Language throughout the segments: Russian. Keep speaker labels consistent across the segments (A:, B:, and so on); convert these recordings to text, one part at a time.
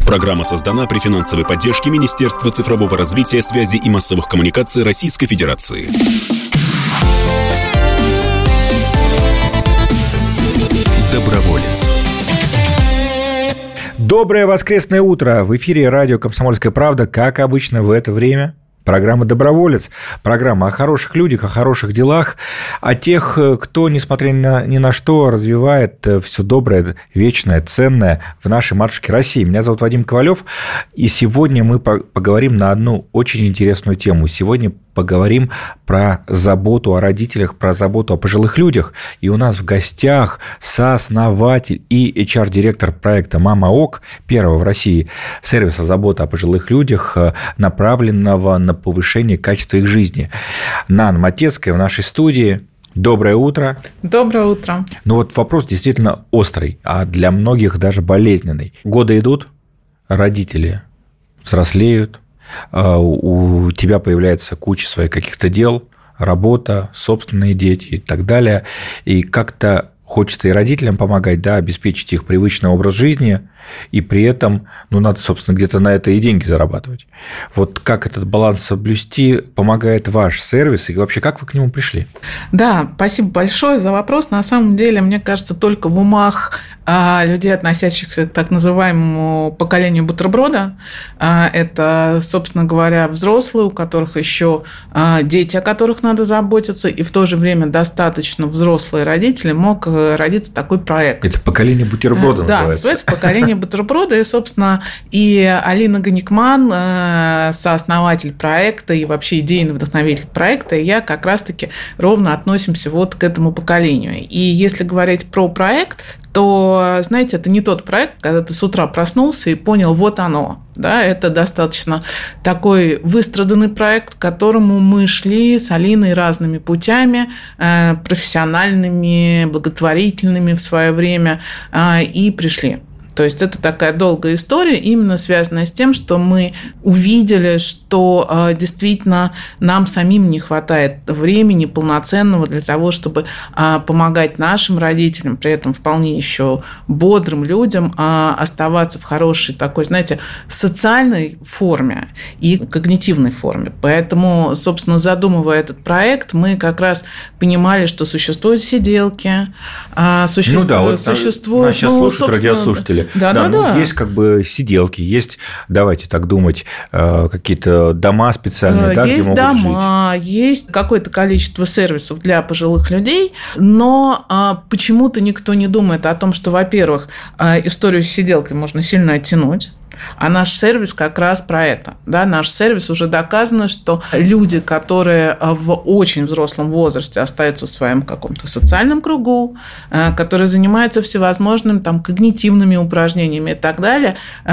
A: Программа создана при финансовой поддержке Министерства цифрового развития, связи и массовых коммуникаций Российской Федерации. Доброволец.
B: Доброе воскресное утро. В эфире радио «Комсомольская правда», как обычно в это время. Программа «Доброволец», программа о хороших людях, о хороших делах, о тех, кто, несмотря ни на что, развивает все доброе, вечное, ценное в нашей матушке России. Меня зовут Вадим Ковалев, и сегодня мы поговорим на одну очень интересную тему. Сегодня поговорим про заботу о родителях, про заботу о пожилых людях. И у нас в гостях сооснователь и HR-директор проекта «Мама ОК», первого в России сервиса заботы о пожилых людях, направленного на повышение качества их жизни. Нана Матецкая в нашей студии. Доброе утро.
C: Доброе утро.
B: Ну вот вопрос действительно острый, а для многих даже болезненный. Годы идут, родители взрослеют, у тебя появляется куча своих каких-то дел, работа, собственные дети и так далее. И как-то хочется и родителям помогать, да, обеспечить их привычный образ жизни, и при этом, надо, собственно, где-то на это и деньги зарабатывать. Вот как этот баланс соблюсти помогает ваш сервис, и вообще как вы к нему пришли?
C: Да, спасибо большое за вопрос. На самом деле, мне кажется, только в умах людей, относящихся к так называемому поколению бутерброда, это, собственно говоря, взрослые, у которых еще дети, о которых надо заботиться, и в то же время достаточно взрослые родители, мог родиться такой проект.
B: Это поколение бутерброда называется.
C: Да, называется поколение бутерброда, и, собственно, и Алина Ганикман, сооснователь проекта и вообще идейный вдохновитель проекта, и я как раз-таки ровно относимся вот к этому поколению. И если говорить про проект, то, знаете, это не тот проект, когда ты с утра проснулся и понял, вот оно. Да, это достаточно такой выстраданный проект, к которому мы шли с Алиной разными путями, профессиональными, благотворительными в свое время, и пришли. То есть это такая долгая история, именно связанная с тем, что мы увидели, что действительно нам самим не хватает времени полноценного для того, чтобы помогать нашим родителям, при этом вполне еще бодрым людям оставаться в хорошей такой, знаете, социальной форме и когнитивной форме. Поэтому, собственно, задумывая этот проект, мы как раз понимали, что существуют сиделки, существуют...
B: Нас сейчас слушают радиослушатели. Да. Есть как бы сиделки, есть, давайте так думать, какие-то дома специальные, да,
C: есть
B: где могут жить.
C: Есть дома, есть какое-то количество сервисов для пожилых людей, но почему-то никто не думает о том, что, во-первых, историю с сиделкой можно сильно оттянуть. А наш сервис как раз про это. Да? Наш сервис уже доказано, что люди, которые в очень взрослом возрасте остаются в своем каком-то социальном кругу, которые занимаются всевозможными там, когнитивными упражнениями и так далее,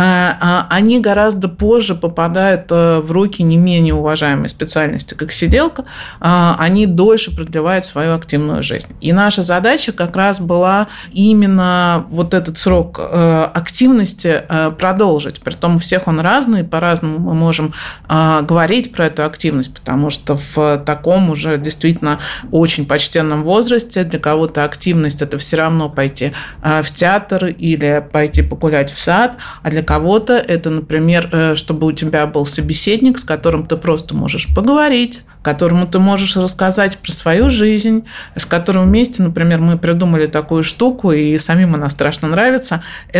C: они гораздо позже попадают в руки не менее уважаемой специальности, как сиделка, они дольше продлевают свою активную жизнь. И наша задача как раз была именно вот этот срок активности продолжить. Притом у всех он разный, по-разному мы можем говорить про эту активность, потому что в таком уже действительно очень почтенном возрасте для кого-то активность – это все равно пойти в театр или пойти погулять в сад, а для кого-то это, например, чтобы у тебя был собеседник, с которым ты просто можешь поговорить, которому ты можешь рассказать про свою жизнь, с которым вместе, например, мы придумали такую штуку, и самим она страшно нравится,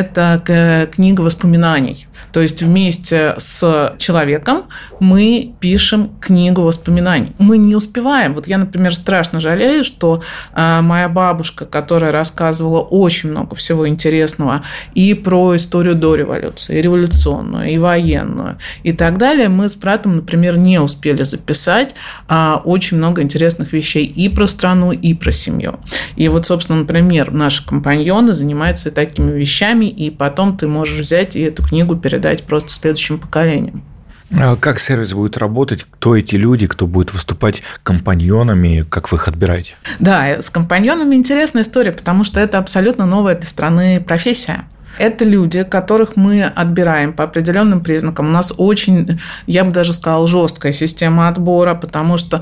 C: это книга воспоминаний. То есть вместе с человеком мы пишем книгу воспоминаний. Мы не успеваем. Вот я, например, страшно жалею, что моя бабушка, которая рассказывала очень много всего интересного и про историю до революции, и революционную, и военную, и так далее, мы с братом, например, не успели записать очень много интересных вещей и про страну, и про семью. И вот, собственно, например, наши компаньоны занимаются такими вещами, и потом ты можешь взять и эту книгу передать просто следующим поколениям.
B: Как сервис будет работать? Кто эти люди, кто будет выступать компаньонами? Как вы их отбираете?
C: Да, с компаньонами интересная история, потому что это абсолютно новая для страны профессия. Это люди, которых мы отбираем по определенным признакам. У нас очень, я бы даже сказала, жесткая система отбора, потому что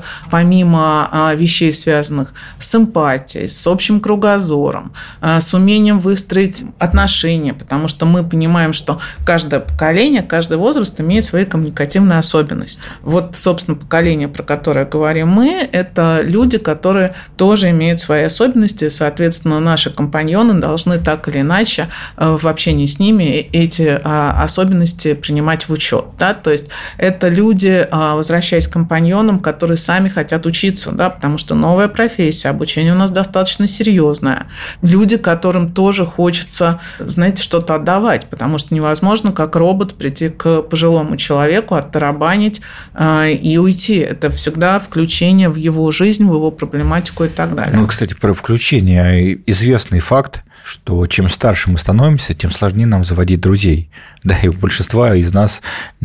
C: помимо вещей, связанных с эмпатией, с общим кругозором, с умением выстроить отношения, потому что мы понимаем, что каждое поколение, каждый возраст имеет свои коммуникативные особенности. Вот, собственно, поколение, про которое говорим мы, это люди, которые тоже имеют свои особенности, соответственно, наши компаньоны должны так или иначе в общении с ними эти особенности принимать в учет. Да? То есть это люди, возвращаясь к компаньонам, которые сами хотят учиться, да? Потому что новая профессия, обучение у нас достаточно серьезное. Люди, которым тоже хочется, знаете, что-то отдавать, потому что невозможно как робот прийти к пожилому человеку, оттарабанить и уйти. Это всегда включение в его жизнь, в его проблематику и так далее.
B: Ну, кстати, про включение известный факт, что чем старше мы становимся, тем сложнее нам заводить друзей. Да, и у большинства из нас,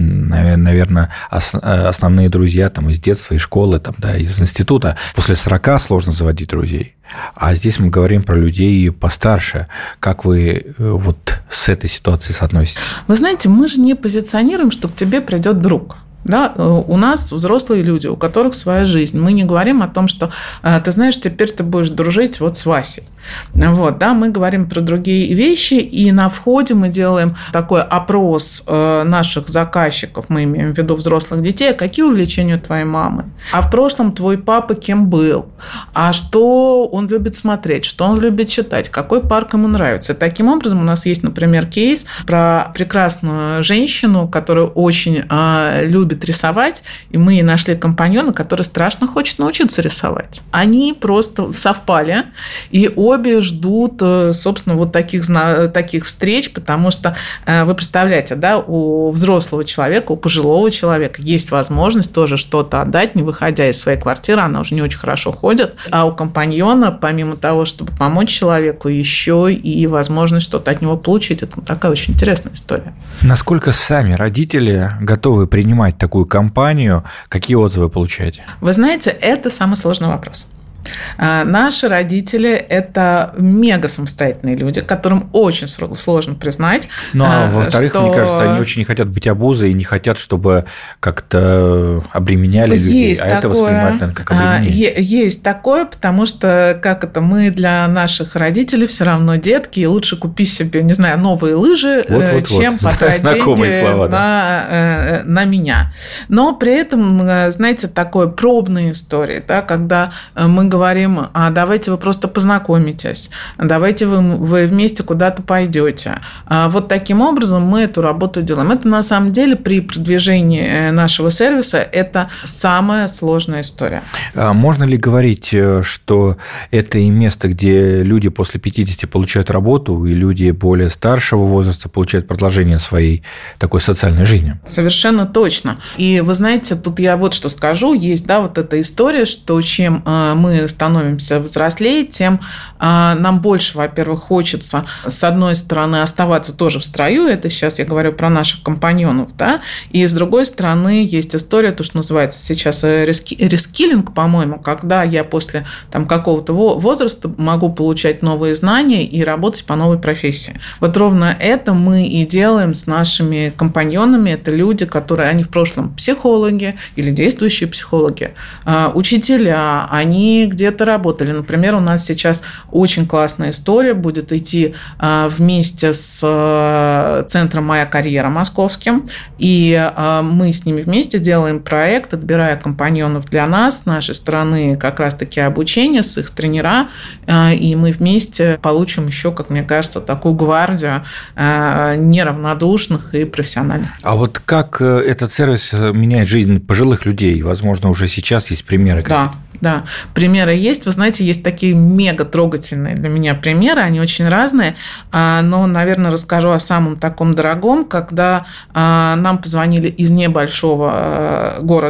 B: наверное, основные друзья там, из детства, из школы, там, да, из института. После 40 сложно заводить друзей. А здесь мы говорим про людей постарше. Как вы вот с этой ситуацией соотноситесь?
C: Вы знаете, мы же не позиционируем, что к тебе придет друг. Да, у нас взрослые люди, у которых своя жизнь. Мы не говорим о том, что, ты знаешь, теперь ты будешь дружить вот с Васей. Вот, да, мы говорим про другие вещи, и на входе мы делаем такой опрос наших заказчиков, мы имеем в виду взрослых детей, какие увлечения у твоей мамы, а в прошлом твой папа кем был, а что он любит смотреть, что он любит читать, какой парк ему нравится. И таким образом у нас есть, например, кейс про прекрасную женщину, которая очень любит рисовать, и мы ей нашли компаньона, который страшно хочет научиться рисовать. Они просто совпали, и обе ждут, собственно, вот таких встреч, потому что, вы представляете, да, у взрослого человека, у пожилого человека есть возможность тоже что-то отдать, не выходя из своей квартиры, она уже не очень хорошо ходит, а у компаньона, помимо того, чтобы помочь человеку, еще и возможность что-то от него получить. Это такая очень интересная история.
B: Насколько сами родители готовы принимать такую компанию? Какие отзывы получаете?
C: Вы знаете, это самый сложный вопрос. Наши родители – это мега самостоятельные люди, которым очень сложно признать.
B: Ну, а во-вторых, мне кажется, они очень не хотят быть обузой и не хотят, чтобы как-то обременяли людей, а это воспринимают, наверное, как обременение.
C: Есть такое, потому что, мы для наших родителей все равно детки, и лучше купи себе, не знаю, новые лыжи, чем потратить деньги на меня. Но при этом, знаете, такой пробные истории, да, когда мы говорим, давайте вы просто познакомитесь, давайте вы вместе куда-то пойдете. Вот таким образом мы эту работу делаем. Это на самом деле при продвижении нашего сервиса это самая сложная история.
B: Можно ли говорить, что это и место, где люди после 50 получают работу, и люди более старшего возраста получают продолжение своей такой социальной жизни?
C: Совершенно точно. И вы знаете, тут я вот что скажу, есть, да, вот эта история, что чем мы становимся взрослее, тем нам больше, во-первых, хочется, с одной стороны, оставаться тоже в строю, это сейчас я говорю про наших компаньонов, да, и с другой стороны, есть история, то, что называется сейчас рескиллинг, по-моему, когда я после какого-то возраста могу получать новые знания и работать по новой профессии. Вот ровно это мы и делаем с нашими компаньонами, это люди, которые, они в прошлом психологи или действующие психологи, учителя, они где-то работали. Например, у нас сейчас очень классная история будет идти вместе с центром «Моя карьера» московским, и мы с ними вместе делаем проект, отбирая компаньонов для нас, с нашей стороны как раз-таки обучение, с их тренера, и мы вместе получим еще, как мне кажется, такую гвардию неравнодушных и профессиональных.
B: А вот как этот сервис меняет жизнь пожилых людей? Возможно, уже сейчас есть примеры.
C: Да, примеры есть. Вы знаете, есть такие мега трогательные для меня примеры, они очень разные, но, наверное, расскажу о самом таком дорогом, когда нам позвонили из небольшого города,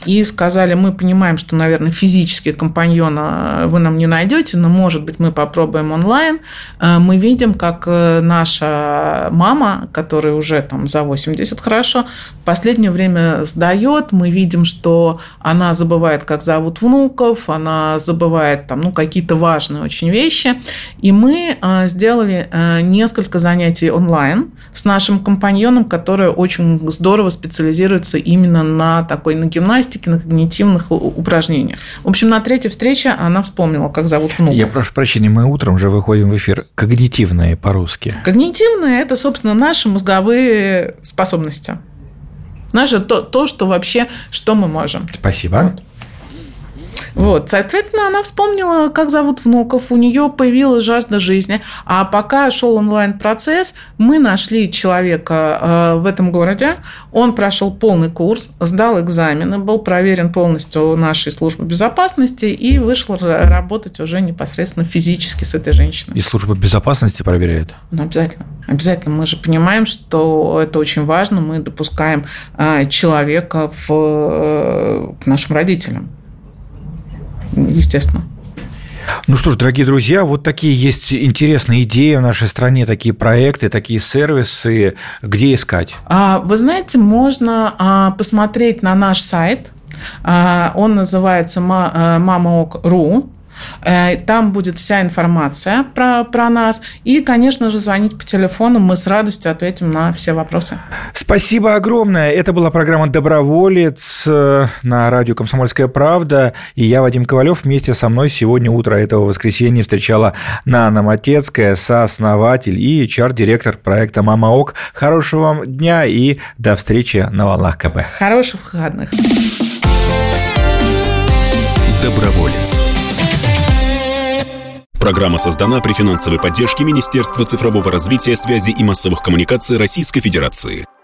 C: и сказали: мы понимаем, что, наверное, физически компаньона вы нам не найдете, но, может быть, мы попробуем онлайн. Мы видим, как наша мама, которая уже там за 80 хорошо, в последнее время сдает. Мы видим, что она забывает, как зовут внуков, она забывает там, какие-то важные очень вещи. И мы сделали несколько занятий онлайн с нашим компаньоном, который очень здорово специализируется именно на гимнастике, на когнитивных упражнениях. В общем, на третьей встрече она вспомнила, как зовут внуков.
B: Я прошу прощения, мы утром уже выходим в эфир. Когнитивные по-русски.
C: Когнитивные – это, собственно, наши мозговые способности. Наше то, что вообще, что мы можем.
B: Спасибо.
C: Вот, соответственно, она вспомнила, как зовут внуков, у нее появилась жажда жизни. А пока шел онлайн-процесс, мы нашли человека в этом городе, он прошел полный курс, сдал экзамены, был проверен полностью нашей службой безопасности и вышел работать уже непосредственно физически с этой женщиной.
B: И служба безопасности проверяет?
C: Обязательно. Обязательно. Мы же понимаем, что это очень важно, мы допускаем человека к нашим родителям. Естественно.
B: Ну что ж, дорогие друзья, вот такие есть интересные идеи в нашей стране, такие проекты, такие сервисы. Где искать?
C: Вы знаете, можно посмотреть на наш сайт. Он называется mamaok.ru. Там будет вся информация про нас. И, конечно же, звонить по телефону. Мы с радостью ответим на все вопросы.
B: Спасибо огромное. Это была программа «Доброволец» на радио «Комсомольская правда». И я, Вадим Ковалев, вместе со мной сегодня утро этого воскресенья встречала Нана Матецкая, сооснователь и HR-директор проекта «Мамаок». Хорошего вам дня и до встречи на волнах КП.
C: Хороших выходных.
A: Доброволец. Программа создана при финансовой поддержке Министерства цифрового развития, связи и массовых коммуникаций Российской Федерации.